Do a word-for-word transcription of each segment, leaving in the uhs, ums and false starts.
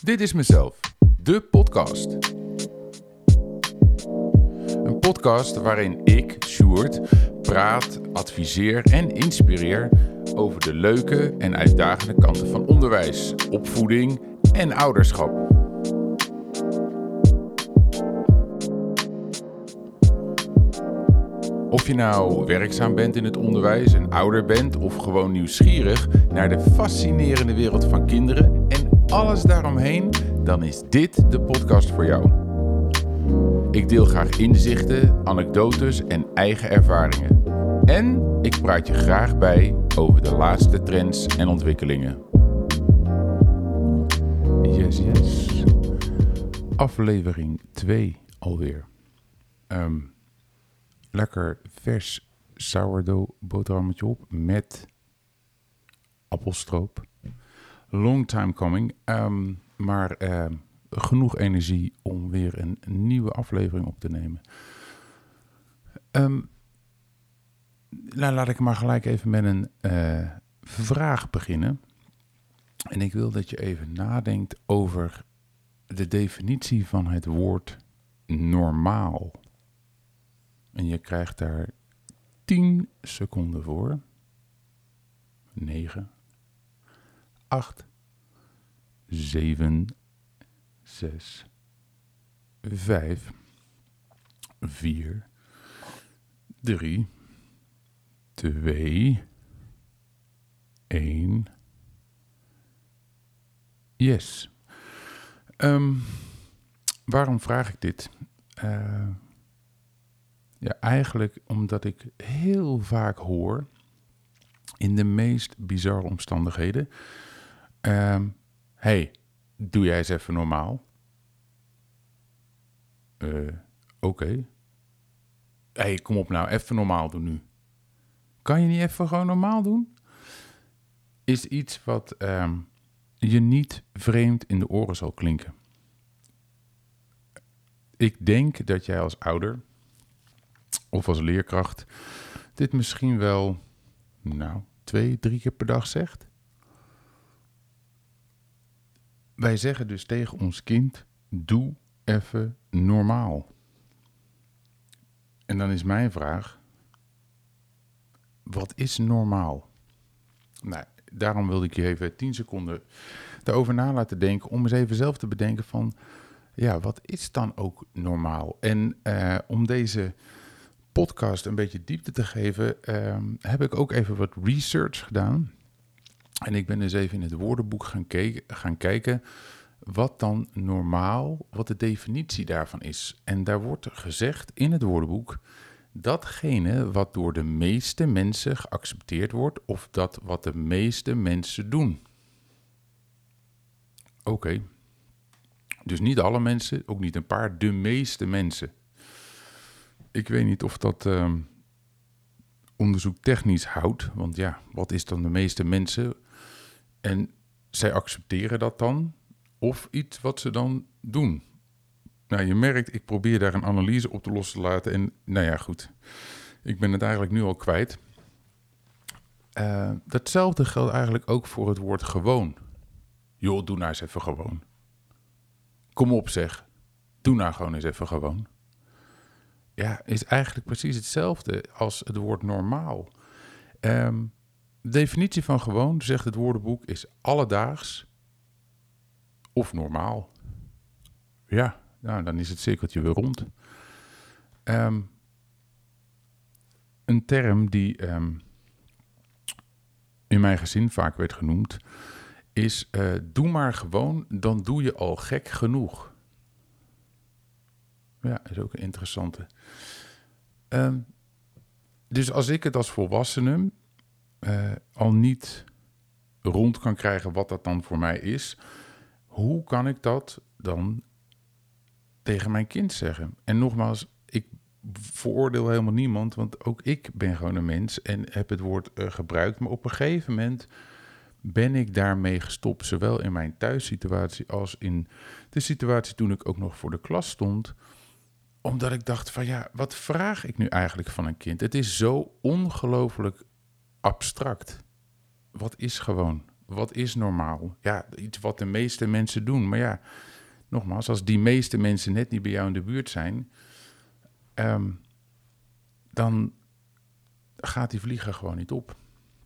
Dit is mezelf, de podcast. Een podcast waarin ik, Sjoerd, praat, adviseer en inspireer over de leuke en uitdagende kanten van onderwijs, opvoeding en ouderschap. Of je nou werkzaam bent in het onderwijs, een ouder bent of gewoon nieuwsgierig naar de fascinerende wereld van kinderen en alles daaromheen, dan is dit de podcast voor jou. Ik deel graag inzichten, anekdotes en eigen ervaringen. En ik praat je graag bij over de laatste trends en ontwikkelingen. Yes, yes. Aflevering twee alweer. Um, lekker vers sourdough boterhammetje op met appelstroop. Long time coming. Um, maar uh, genoeg energie om weer een nieuwe aflevering op te nemen. Um, nou, laat ik maar gelijk even met een uh, vraag beginnen. En ik wil dat je even nadenkt over de definitie van het woord normaal. En je krijgt daar tien seconden voor. negen, acht, zeven, zes, vijf, vier, drie, twee, één. Yes. Um, waarom vraag ik dit? Uh, ja, eigenlijk omdat ik heel vaak hoor in de meest bizarre omstandigheden. Um, hey, doe jij eens even normaal? Uh, Oké. Okay. Hey, kom op nou, even normaal doen nu. Kan je niet even gewoon normaal doen? Is iets wat um, je niet vreemd in de oren zal klinken. Ik denk dat jij als ouder of als leerkracht dit misschien wel, nou, twee, drie keer per dag zegt. Wij zeggen dus tegen ons kind, doe even normaal. En dan is mijn vraag, wat is normaal? Nou, daarom wilde ik je even tien seconden daarover na laten denken, om eens even zelf te bedenken van, ja, wat is dan ook normaal? En uh, om deze podcast een beetje diepte te geven, uh, heb ik ook even wat research gedaan. En ik ben dus even in het woordenboek gaan, ke- gaan kijken wat dan normaal, wat de definitie daarvan is. En daar wordt gezegd in het woordenboek, datgene wat door de meeste mensen geaccepteerd wordt of dat wat de meeste mensen doen. Oké. Okay. Dus niet alle mensen, ook niet een paar, de meeste mensen. Ik weet niet of dat uh, onderzoek technisch houdt. Want ja, wat is dan de meeste mensen? En zij accepteren dat dan? Of iets wat ze dan doen? Nou, je merkt, ik probeer daar een analyse op te los te laten. En nou ja, goed. Ik ben het eigenlijk nu al kwijt. Uh, datzelfde geldt eigenlijk ook voor het woord gewoon. Joh, doe nou eens even gewoon. Kom op zeg, doe nou gewoon eens even gewoon. Ja, is eigenlijk precies hetzelfde als het woord normaal. Um, de definitie van gewoon, zegt het woordenboek, is alledaags of normaal. Ja, nou, dan is het cirkeltje weer rond. Um, een term die um, in mijn gezin vaak werd genoemd, is uh, doe maar gewoon, dan doe je al gek genoeg. Ja, is ook een interessante. Um, dus als ik het als volwassene uh, al niet rond kan krijgen wat dat dan voor mij is, hoe kan ik dat dan tegen mijn kind zeggen? En nogmaals, ik veroordeel helemaal niemand, want ook ik ben gewoon een mens en heb het woord uh, gebruikt. Maar op een gegeven moment ben ik daarmee gestopt, zowel in mijn thuissituatie als in de situatie toen ik ook nog voor de klas stond. Omdat ik dacht van ja, wat vraag ik nu eigenlijk van een kind? Het is zo ongelooflijk abstract. Wat is gewoon? wat is normaal? Ja, iets wat de meeste mensen doen. Maar ja, nogmaals, als die meeste mensen net niet bij jou in de buurt zijn, um, dan gaat die vlieger gewoon niet op.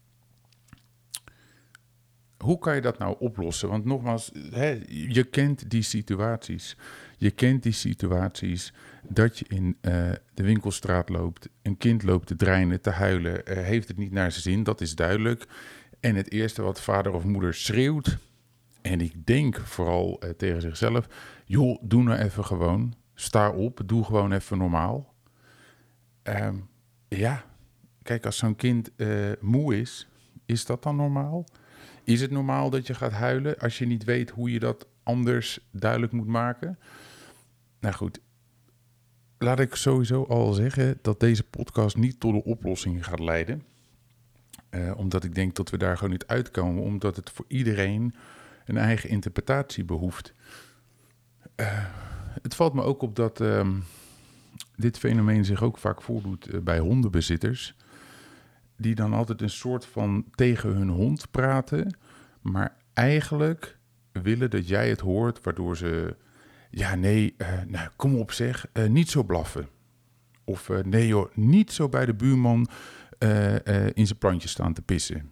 Hoe kan je dat nou oplossen? Want nogmaals, hè, je kent die situaties. Je kent die situaties dat je in uh, de winkelstraat loopt, een kind loopt te dreinen, te huilen, uh, heeft het niet naar zijn zin, dat is duidelijk. En het eerste wat vader of moeder schreeuwt, en ik denk vooral uh, tegen zichzelf, joh, doe nou even gewoon, sta op, doe gewoon even normaal. Um, ja, kijk, als zo'n kind uh, moe is, is dat dan normaal? Is het normaal dat je gaat huilen als je niet weet hoe je dat anders duidelijk moet maken? Nou goed, laat ik sowieso al zeggen dat deze podcast niet tot de oplossing gaat leiden. Uh, omdat ik denk dat we daar gewoon niet uitkomen, omdat het voor iedereen een eigen interpretatie behoeft. Uh, het valt me ook op dat uh, dit fenomeen zich ook vaak voordoet uh, bij hondenbezitters, die dan altijd een soort van tegen hun hond praten, maar eigenlijk willen dat jij het hoort, waardoor ze, ja nee, uh, nou kom op zeg, uh, niet zo blaffen. Of uh, nee joh, niet zo bij de buurman uh, uh, in zijn plantje staan te pissen.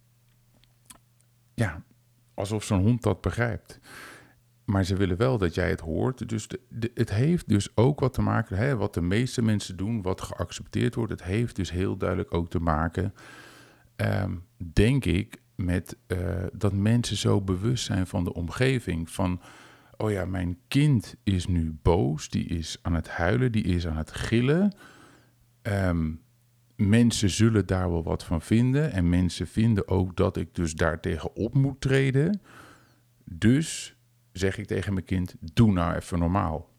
Ja, alsof zo'n hond dat begrijpt. Maar ze willen wel dat jij het hoort. Dus de, de, het heeft dus ook wat te maken, hè, wat de meeste mensen doen, wat geaccepteerd wordt. Het heeft dus heel duidelijk ook te maken, um, denk ik, met uh, dat mensen zo bewust zijn van de omgeving. Van, oh ja, mijn kind is nu boos, die is aan het huilen, die is aan het gillen. Um, mensen zullen daar wel wat van vinden. En mensen vinden ook dat ik dus daartegen op moet treden. Dus zeg ik tegen mijn kind, doe nou even normaal.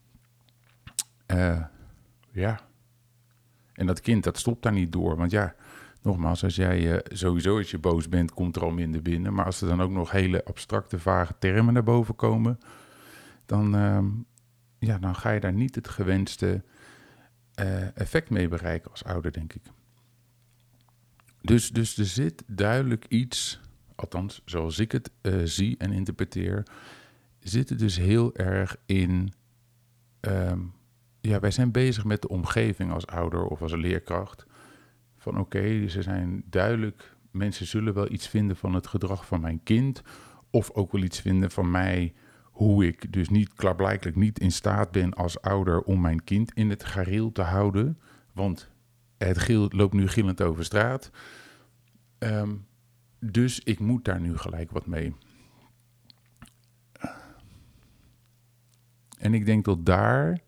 Uh, ja. En dat kind, dat stopt daar niet door. Want ja, nogmaals, als jij uh, sowieso als je boos bent, komt er al minder binnen. Maar als er dan ook nog hele abstracte, vage termen naar boven komen, dan, uh, ja, dan ga je daar niet het gewenste uh, effect mee bereiken als ouder, denk ik. Dus, dus er zit duidelijk iets, althans zoals ik het uh, zie en interpreteer, zit er dus heel erg in, um, ja, wij zijn bezig met de omgeving als ouder of als leerkracht. Van oké, okay, ze zijn duidelijk, mensen zullen wel iets vinden van het gedrag van mijn kind, of ook wel iets vinden van mij, hoe ik dus niet, klaarblijkelijk niet in staat ben als ouder om mijn kind in het gareel te houden, want het gil, loopt nu gillend over straat. Um, dus ik moet daar nu gelijk wat mee. En ik denk dat daar,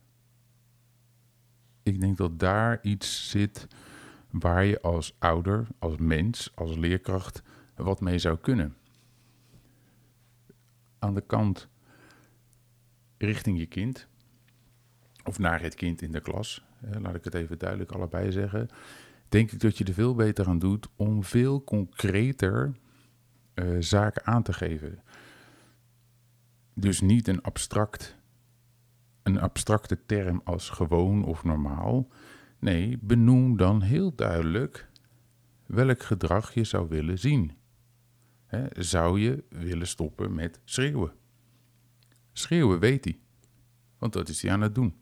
ik denk dat daar iets zit waar je als ouder, als mens, als leerkracht wat mee zou kunnen. Aan de kant richting je kind, of naar het kind in de klas, laat ik het even duidelijk allebei zeggen, denk ik dat je er veel beter aan doet om veel concreter uh, zaken aan te geven. Dus niet een abstract, een abstracte term als gewoon of normaal. Nee, benoem dan heel duidelijk welk gedrag je zou willen zien. He, zou je willen stoppen met schreeuwen? Schreeuwen weet hij, want dat is hij aan het doen.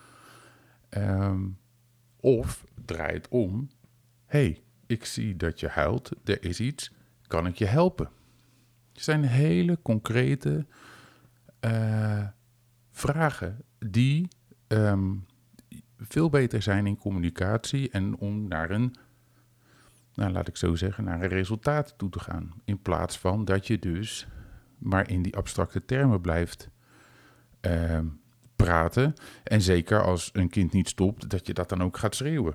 Um, of draai het om. Hé, hey, ik zie dat je huilt, er is iets, kan ik je helpen? Het zijn hele concrete uh, vragen die um, veel beter zijn in communicatie en om naar een, nou laat ik zo zeggen, naar een resultaat toe te gaan. In plaats van dat je dus maar in die abstracte termen blijft uh, praten. En zeker als een kind niet stopt, dat je dat dan ook gaat schreeuwen.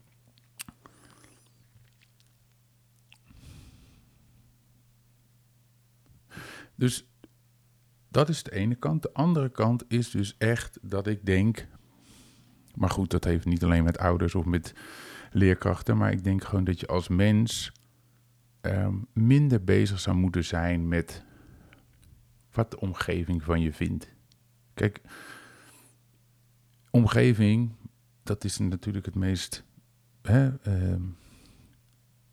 Dus dat is de ene kant. De andere kant is dus echt dat ik denk, maar goed, dat heeft niet alleen met ouders of met leerkrachten, maar ik denk gewoon dat je als mens um, minder bezig zou moeten zijn met wat de omgeving van je vindt. Kijk, omgeving, dat is natuurlijk het meest, hè, um,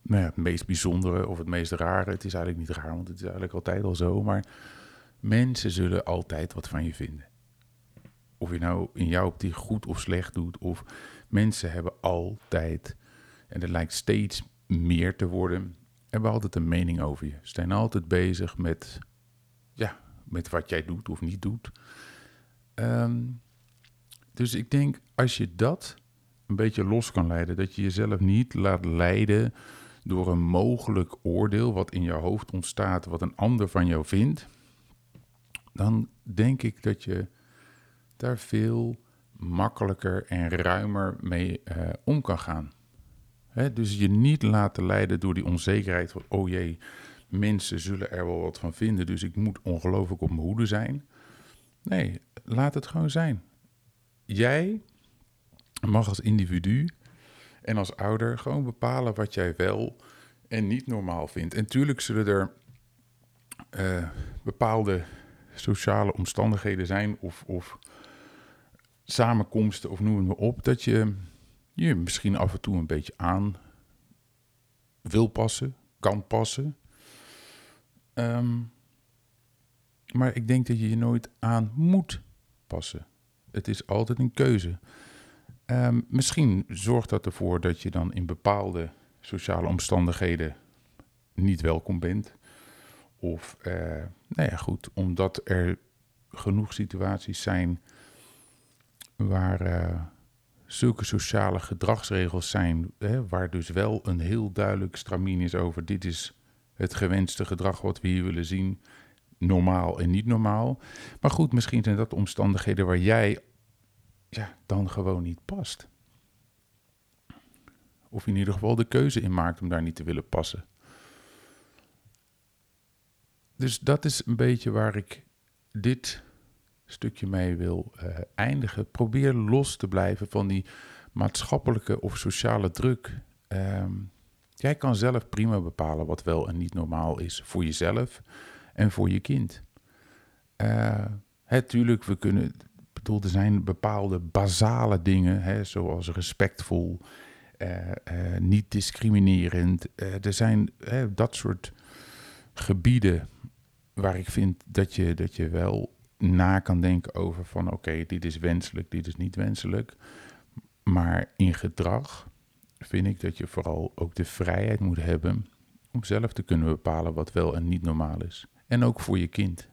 nou ja, het meest bijzondere of het meest rare. Het is eigenlijk niet raar, want het is eigenlijk altijd al zo. Maar mensen zullen altijd wat van je vinden. Of je nou in jouw optiek goed of slecht doet. Of mensen hebben altijd, en het lijkt steeds meer te worden, hebben altijd een mening over je. Ze zijn altijd bezig met, ja, met wat jij doet of niet doet. Um, dus ik denk, als je dat een beetje los kan leiden, dat je jezelf niet laat leiden door een mogelijk oordeel wat in je hoofd ontstaat, wat een ander van jou vindt, dan denk ik dat je daar veel makkelijker en ruimer mee uh, om kan gaan. Hè, dus je niet laten leiden door die onzekerheid van, oh jee, mensen zullen er wel wat van vinden, dus ik moet ongelooflijk op mijn hoede zijn. Nee, laat het gewoon zijn. Jij mag als individu en als ouder gewoon bepalen wat jij wel en niet normaal vindt. En tuurlijk zullen er uh, bepaalde sociale omstandigheden zijn of, of samenkomsten of noem het maar op, dat je je misschien af en toe een beetje aan wil passen, kan passen. Um, maar ik denk dat je je nooit aan moet passen. Het is altijd een keuze. Um, misschien zorgt dat ervoor dat je dan in bepaalde sociale omstandigheden niet welkom bent. Of, uh, nou ja goed, omdat er genoeg situaties zijn waar uh, zulke sociale gedragsregels zijn, hè, waar dus wel een heel duidelijk stramien is over dit is het gewenste gedrag wat we hier willen zien, normaal en niet normaal. Maar goed, misschien zijn dat omstandigheden waar jij ja, dan gewoon niet past. Of in ieder geval de keuze in maakt om daar niet te willen passen. Dus dat is een beetje waar ik dit stukje mee wil uh, eindigen. Probeer los te blijven van die maatschappelijke of sociale druk. Um, jij kan zelf prima bepalen wat wel en niet normaal is voor jezelf en voor je kind. Uh, hè, tuurlijk, we kunnen, bedoel, er zijn bepaalde basale dingen, hè, zoals respectvol, uh, uh, niet discriminerend. Uh, er zijn hè, dat soort gebieden waar ik vind dat je, dat je wel na kan denken over van oké, okay, dit is wenselijk, dit is niet wenselijk. Maar in gedrag vind ik dat je vooral ook de vrijheid moet hebben om zelf te kunnen bepalen wat wel en niet normaal is. En ook voor je kind.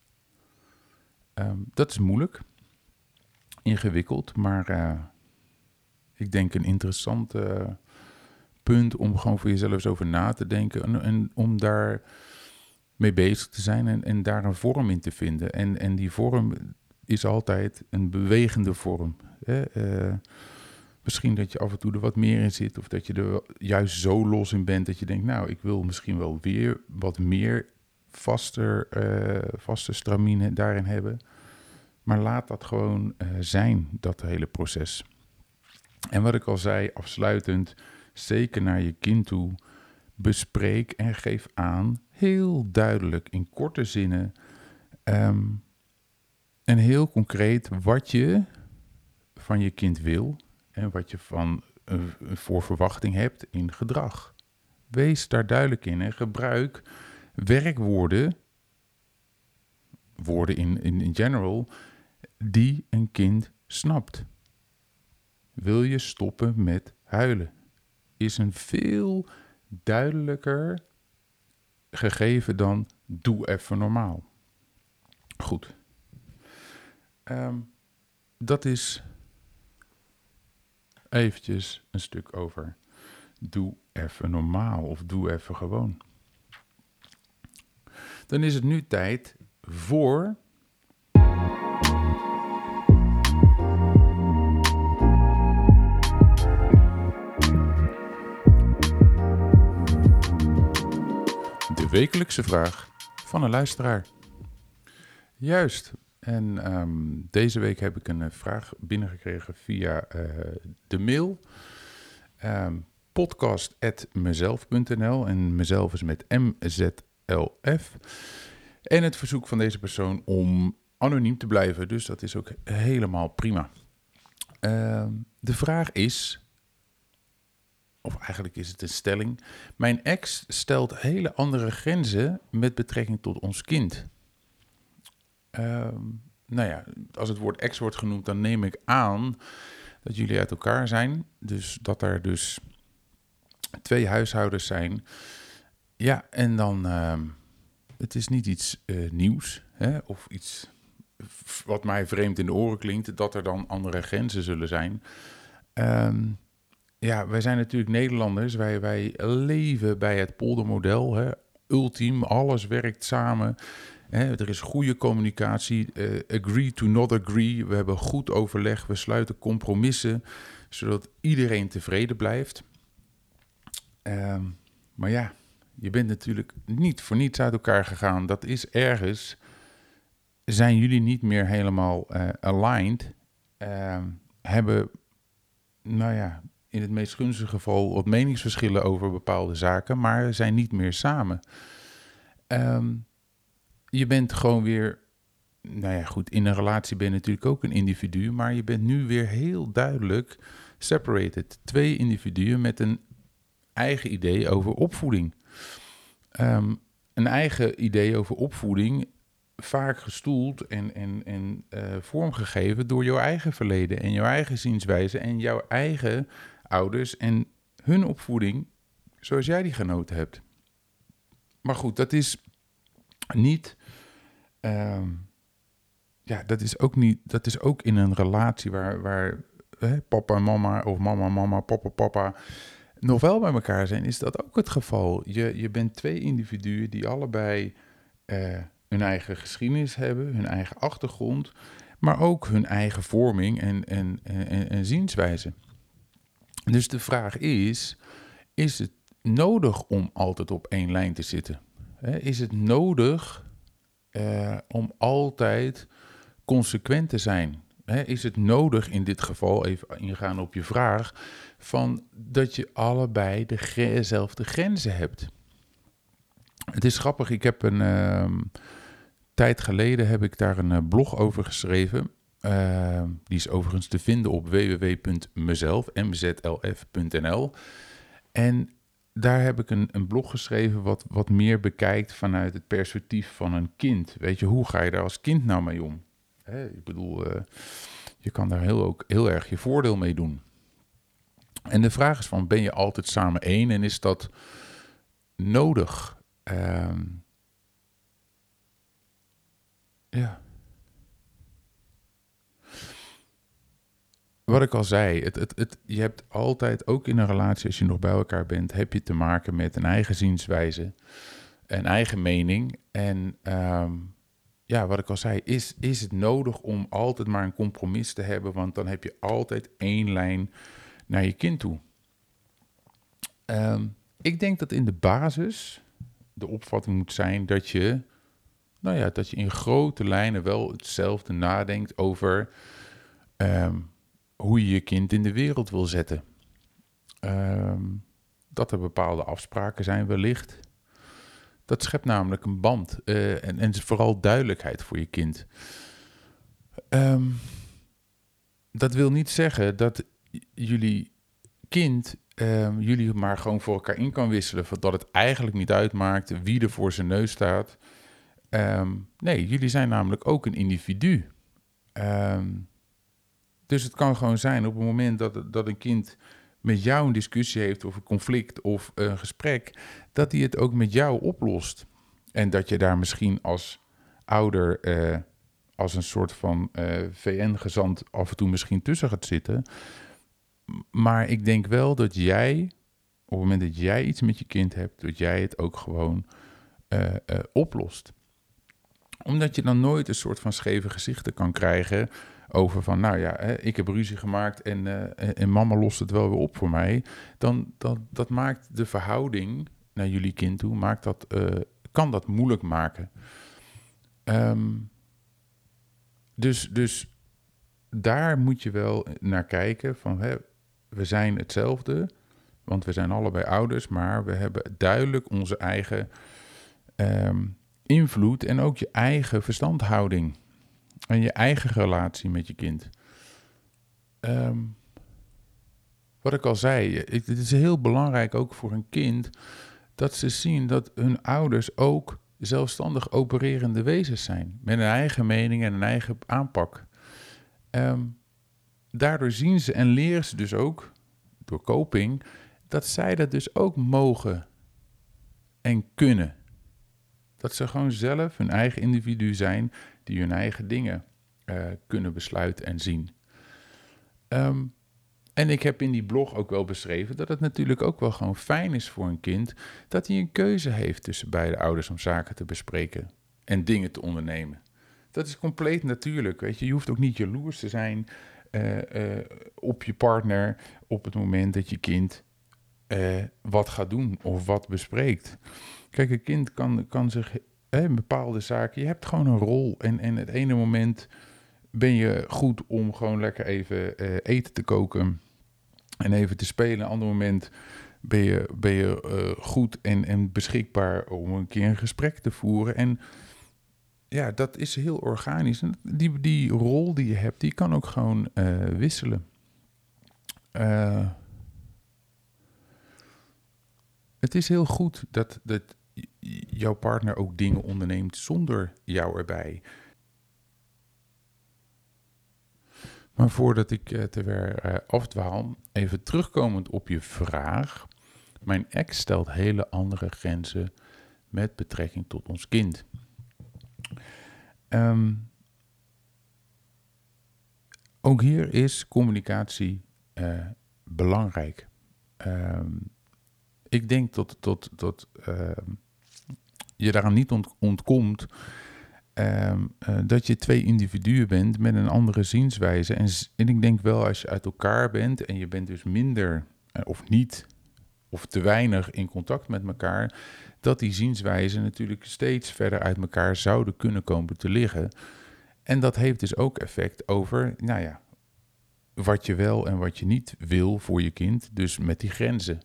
Um, dat is moeilijk, ingewikkeld, maar uh, ik denk een interessant uh, punt om gewoon voor jezelf eens over na te denken en, en om daar mee bezig te zijn en, en daar een vorm in te vinden. En, en die vorm is altijd een bewegende vorm. Hè? Uh, misschien dat je af en toe er wat meer in zit of dat je er juist zo los in bent dat je denkt, nou, ik wil misschien wel weer wat meer vaster, uh, vaste stramine daarin hebben. Maar laat dat gewoon uh, zijn, dat hele proces. En wat ik al zei, afsluitend, zeker naar je kind toe, bespreek en geef aan, heel duidelijk, in korte zinnen, um, en heel concreet wat je van je kind wil en wat je van uh, voor verwachting hebt in gedrag. Wees daar duidelijk in en gebruik werkwoorden, woorden in, in, in general, die een kind snapt. Wil je stoppen met huilen? Is een veel duidelijker gegeven dan doe even normaal. Goed. Um, dat is eventjes een stuk over doe even normaal of doe even gewoon. Dan is het nu tijd voor de wekelijkse vraag van een luisteraar. Juist. En um, deze week heb ik een uh, vraag binnengekregen via uh, de mail. Um, podcast at mezelf punt n l en mezelf is met M Z L F. En het verzoek van deze persoon om anoniem te blijven. Dus dat is ook helemaal prima. Uh, de vraag is: of eigenlijk is het een stelling. Mijn ex stelt hele andere grenzen met betrekking tot ons kind. Um, nou ja, als het woord ex wordt genoemd, dan neem ik aan dat jullie uit elkaar zijn. Dus dat er dus twee huishoudens zijn. Ja, en dan, uh, het is niet iets uh, nieuws, hè, of iets wat mij vreemd in de oren klinkt, dat er dan andere grenzen zullen zijn. Um, ja, wij zijn natuurlijk Nederlanders. Wij, wij leven bij het poldermodel. Hè. Ultiem, alles werkt samen. Hè. Er is goede communicatie. Uh, agree to not agree. We hebben goed overleg. We sluiten compromissen, zodat iedereen tevreden blijft. Um, maar ja, je bent natuurlijk niet voor niets uit elkaar gegaan. Dat is ergens, zijn jullie niet meer helemaal uh, aligned. Uh, hebben, nou ja, in het meest gunstige geval wat meningsverschillen over bepaalde zaken, maar zijn niet meer samen. Um, je bent gewoon weer, nou ja goed, in een relatie ben je natuurlijk ook een individu, maar je bent nu weer heel duidelijk separated. Twee individuen met een eigen idee over opvoeding. Um, een eigen idee over opvoeding, vaak gestoeld en, en, en uh, vormgegeven door jouw eigen verleden en jouw eigen zienswijze en jouw eigen ouders en hun opvoeding zoals jij die genoten hebt. Maar goed, dat is niet, um, ja, dat is ook niet, dat is ook in een relatie waar, waar hè, papa en mama of mama, mama, papa, papa nog wel bij elkaar zijn, is dat ook het geval. Je, je bent twee individuen die allebei uh, hun eigen geschiedenis hebben, hun eigen achtergrond, maar ook hun eigen vorming en, en, en, en zienswijze. Dus de vraag is, is het nodig om altijd op één lijn te zitten? He, is het nodig uh, om altijd consequent te zijn? He, is het nodig in dit geval, even ingaan op je vraag, van dat je allebei dezelfde grenzen hebt? Het is grappig, ik heb een uh, tijd geleden heb ik daar een uh, blog over geschreven. Uh, die is overigens te vinden op w w w punt mezelf punt n l. En daar heb ik een, een blog geschreven wat, wat meer bekijkt vanuit het perspectief van een kind. Weet je, hoe ga je daar als kind nou mee om? Hè, ik bedoel, uh, je kan daar heel, ook heel erg je voordeel mee doen. En de vraag is van, ben je altijd samen één en is dat nodig? Uh, ja... Wat ik al zei, het, het, het, je hebt altijd, ook in een relatie als je nog bij elkaar bent, heb je te maken met een eigen zienswijze, een eigen mening. En um, ja, wat ik al zei, is, is het nodig om altijd maar een compromis te hebben, want dan heb je altijd één lijn naar je kind toe. Um, ik denk dat in de basis de opvatting moet zijn dat je, nou ja, dat je in grote lijnen wel hetzelfde nadenkt over Um, hoe je je kind in de wereld wil zetten. Um, dat er bepaalde afspraken zijn wellicht. Dat schept namelijk een band. Uh, en, en vooral duidelijkheid voor je kind. Um, dat wil niet zeggen dat jullie kind um, jullie maar gewoon voor elkaar in kan wisselen. Dat het eigenlijk niet uitmaakt wie er voor zijn neus staat. Um, nee, jullie zijn namelijk ook een individu. Um, Dus het kan gewoon zijn op het moment dat, dat een kind met jou een discussie heeft of een conflict of een gesprek, dat hij het ook met jou oplost. En dat je daar misschien als ouder, eh, als een soort van eh, V N-gezant af en toe misschien tussen gaat zitten. Maar ik denk wel dat jij, op het moment dat jij iets met je kind hebt, dat jij het ook gewoon uh, uh, oplost. Omdat je dan nooit een soort van scheve gezichten kan krijgen over van, nou ja, hè, ik heb ruzie gemaakt en, uh, en mama lost het wel weer op voor mij. Dan dat, dat maakt de verhouding naar jullie kind toe, maakt dat, uh, kan dat moeilijk maken. Um, dus, dus daar moet je wel naar kijken van, hè, we zijn hetzelfde, want we zijn allebei ouders, maar we hebben duidelijk onze eigen um, invloed en ook je eigen verstandhouding. En je eigen relatie met je kind. Um, wat ik al zei, het is heel belangrijk ook voor een kind dat ze zien dat hun ouders ook zelfstandig opererende wezens zijn. Met een eigen mening en een eigen aanpak. Um, daardoor zien ze en leren ze dus ook, door coping, dat zij dat dus ook mogen en kunnen. Dat ze gewoon zelf hun eigen individu zijn die hun eigen dingen uh, kunnen besluiten en zien. Um, en ik heb in die blog ook wel beschreven dat het natuurlijk ook wel gewoon fijn is voor een kind dat hij een keuze heeft tussen beide ouders om zaken te bespreken en dingen te ondernemen. Dat is compleet natuurlijk, weet je. Je hoeft ook niet jaloers te zijn uh, uh, op je partner op het moment dat je kind uh, wat gaat doen of wat bespreekt. Kijk, een kind kan, kan zich uh, in bepaalde zaken, je hebt gewoon een rol en, en het ene moment ben je goed om gewoon lekker even uh, eten te koken en even te spelen. Een ander moment ben je, ben je uh, goed en, en beschikbaar om een keer een gesprek te voeren. En ja, dat is heel organisch. En die, die rol die je hebt, die kan ook gewoon uh, wisselen. Uh, het is heel goed dat, dat jouw partner ook dingen onderneemt zonder jou erbij. Maar voordat ik uh, te weer uh, afdwaal, even terugkomend op je vraag. Mijn ex stelt hele andere grenzen met betrekking tot ons kind. Um, ook hier is communicatie uh, belangrijk. Um, ik denk dat, dat, dat uh, je daaraan niet ont- ontkomt um, uh, dat je twee individuen bent met een andere zienswijze. En, en ik denk wel als je uit elkaar bent en je bent dus minder uh, of niet of te weinig in contact met elkaar, dat die zienswijzen natuurlijk steeds verder uit elkaar zouden kunnen komen te liggen. En dat heeft dus ook effect over, nou ja, wat je wel en wat je niet wil voor je kind, dus met die grenzen.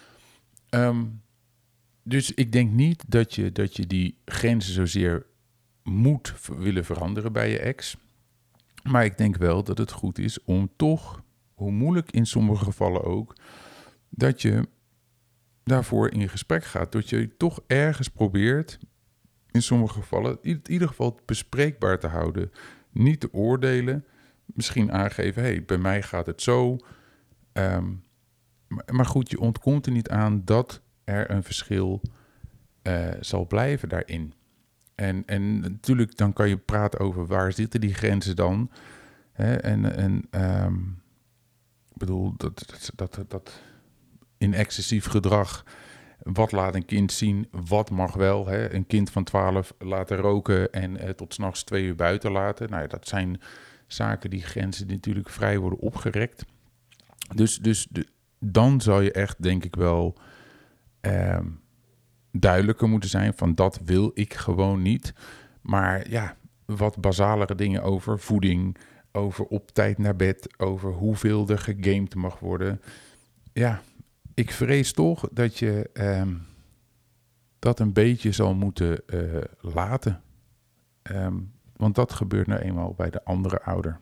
Um, dus ik denk niet dat je, dat je die grenzen zozeer moet v- willen veranderen bij je ex. Maar ik denk wel dat het goed is om toch, hoe moeilijk in sommige gevallen ook, dat je daarvoor in gesprek gaat. Dat je toch ergens probeert, in sommige gevallen, in ieder geval bespreekbaar te houden. Niet te oordelen, misschien aangeven, hé, hey, bij mij gaat het zo. Um, maar, maar goed, je ontkomt er niet aan dat er een verschil uh, zal blijven daarin. En, en natuurlijk, dan kan je praten over waar zitten die grenzen dan. Hè? En, en um, ik bedoel, dat, dat, dat, dat in excessief gedrag, wat laat een kind zien, wat mag wel. Hè? Een kind van twaalf laten roken en uh, tot 's nachts twee uur buiten laten. Nou ja, dat zijn zaken die grenzen die natuurlijk vrij worden opgerekt. Dus, dus de, dan zou je echt, denk ik wel, uh, duidelijker moeten zijn van dat wil ik gewoon niet. Maar ja, wat basalere dingen over voeding, over op tijd naar bed, over hoeveel er gegamed mag worden. Ja, ik vrees toch dat je uh, dat een beetje zal moeten uh, laten. Um, want dat gebeurt nou eenmaal bij de andere ouder.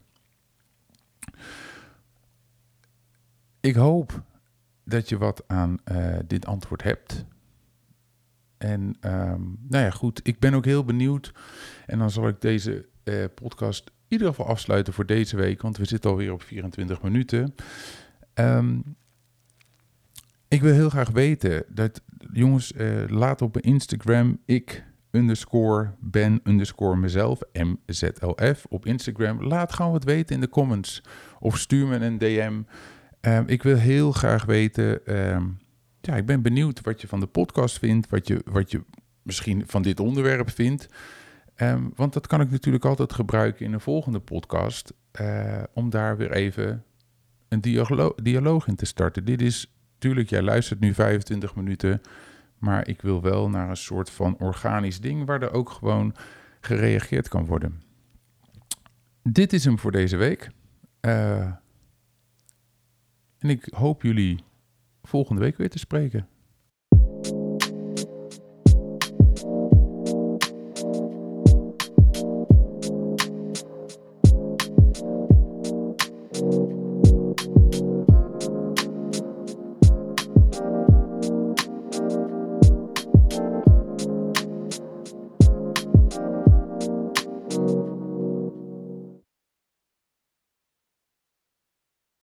Ik hoop dat je wat aan uh, dit antwoord hebt. En um, nou ja, goed, ik ben ook heel benieuwd. En dan zal ik deze uh, podcast in ieder geval afsluiten voor deze week, want we zitten alweer op vierentwintig minuten. Um, ik wil heel graag weten dat, jongens, uh, laat op mijn Instagram, ik underscore ben underscore mezelf, M Z L F op Instagram. Laat gewoon wat weten in de comments of stuur me een D M. Um, ik wil heel graag weten, um, ja, ik ben benieuwd wat je van de podcast vindt, wat je, wat je misschien van dit onderwerp vindt. Um, want dat kan ik natuurlijk altijd gebruiken in een volgende podcast, uh, om daar weer even een dialoog, dialoog in te starten. Dit is, natuurlijk, jij luistert nu vijfentwintig minuten, maar ik wil wel naar een soort van organisch ding waar er ook gewoon gereageerd kan worden. Dit is hem voor deze week. Uh, en ik hoop jullie volgende week weer te spreken.